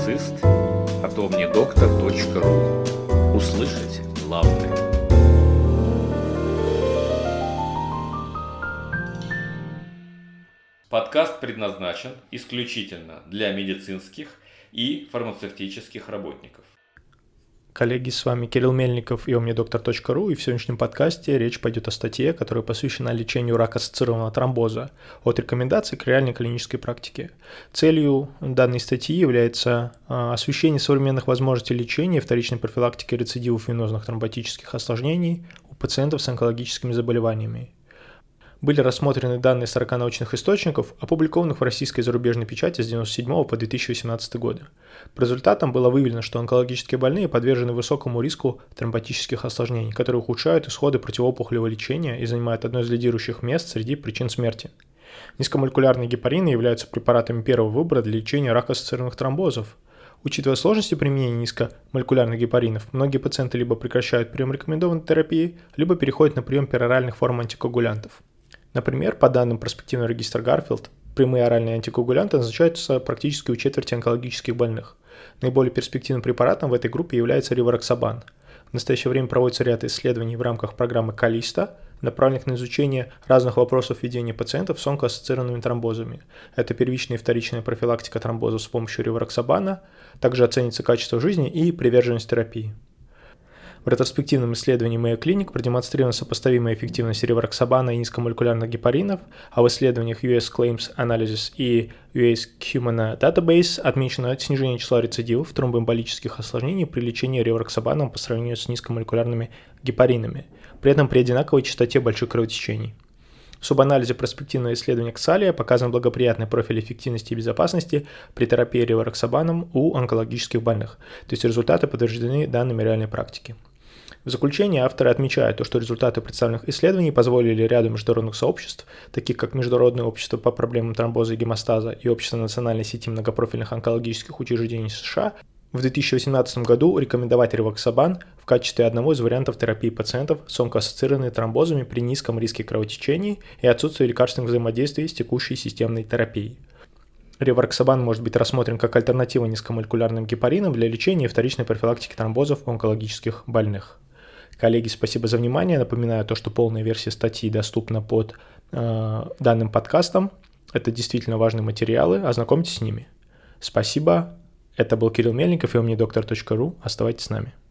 публицист от omnidoctor.ru. Услышать главное. Подкаст предназначен исключительно для медицинских и фармацевтических работников. Коллеги, с вами Кирилл Мельников и omnidoctor.ru, и в сегодняшнем подкасте речь пойдет о статье, которая посвящена лечению рака-ассоциированного тромбоза, от рекомендаций к реальной клинической практике. Целью данной статьи является освещение современных возможностей лечения и вторичной профилактики рецидивов венозных тромботических осложнений у пациентов с онкологическими заболеваниями. Были рассмотрены данные 40 научных источников, опубликованных в российской и зарубежной печати с 1997 по 2018 годы. По результатам было выявлено, что онкологические больные подвержены высокому риску тромботических осложнений, которые ухудшают исходы противоопухолевого лечения и занимают одно из лидирующих мест среди причин смерти. Низкомолекулярные гепарины являются препаратами первого выбора для лечения рака-ассоциированных тромбозов. Учитывая сложности применения низкомолекулярных гепаринов, многие пациенты либо прекращают прием рекомендованной терапии, либо переходят на прием пероральных форм антикоагулянтов. Например, по данным перспективного регистра Гарфилд, прямые оральные антикоагулянты назначаются практически у четверти онкологических больных. Наиболее перспективным препаратом в этой группе является ривароксабан. В настоящее время проводится ряд исследований в рамках программы Калиста, направленных на изучение разных вопросов ведения пациентов с онкоассоциированными тромбозами. Это первичная и вторичная профилактика тромбозов с помощью ривароксабана, также оценится качество жизни и приверженность терапии. В ретроспективном исследовании Mayo Clinic продемонстрирована сопоставимая эффективность ривароксабана и низкомолекулярных гепаринов, а в исследованиях US Claims Analysis и US Humana Database отмечено снижение числа рецидивов тромбоэмболических осложнений при лечении ривароксабаном по сравнению с низкомолекулярными гепаринами, при этом при одинаковой частоте больших кровотечений. В субанализе проспективного исследования Ксалия показан благоприятный профиль эффективности и безопасности при терапии ривароксабаном у онкологических больных, то есть результаты подтверждены данными реальной практики. В заключение авторы отмечают то, что результаты представленных исследований позволили ряду международных сообществ, таких как Международное общество по проблемам тромбоза и гемостаза и Общество национальной сети многопрофильных онкологических учреждений США, в 2018 году рекомендовать ривароксабан в качестве одного из вариантов терапии пациентов с онкоассоциированными тромбозами при низком риске кровотечений и отсутствии лекарственных взаимодействий с текущей системной терапией. Ривароксабан может быть рассмотрен как альтернатива низкомолекулярным гепаринам для лечения и вторичной профилактики тромбозов у онкологических больных. Коллеги, спасибо за внимание. Напоминаю то, что полная версия статьи доступна под данным подкастом. Это действительно важные материалы, ознакомьтесь с ними. Спасибо. Это был Кирилл Мельников и omnidoctor.ru. Оставайтесь с нами.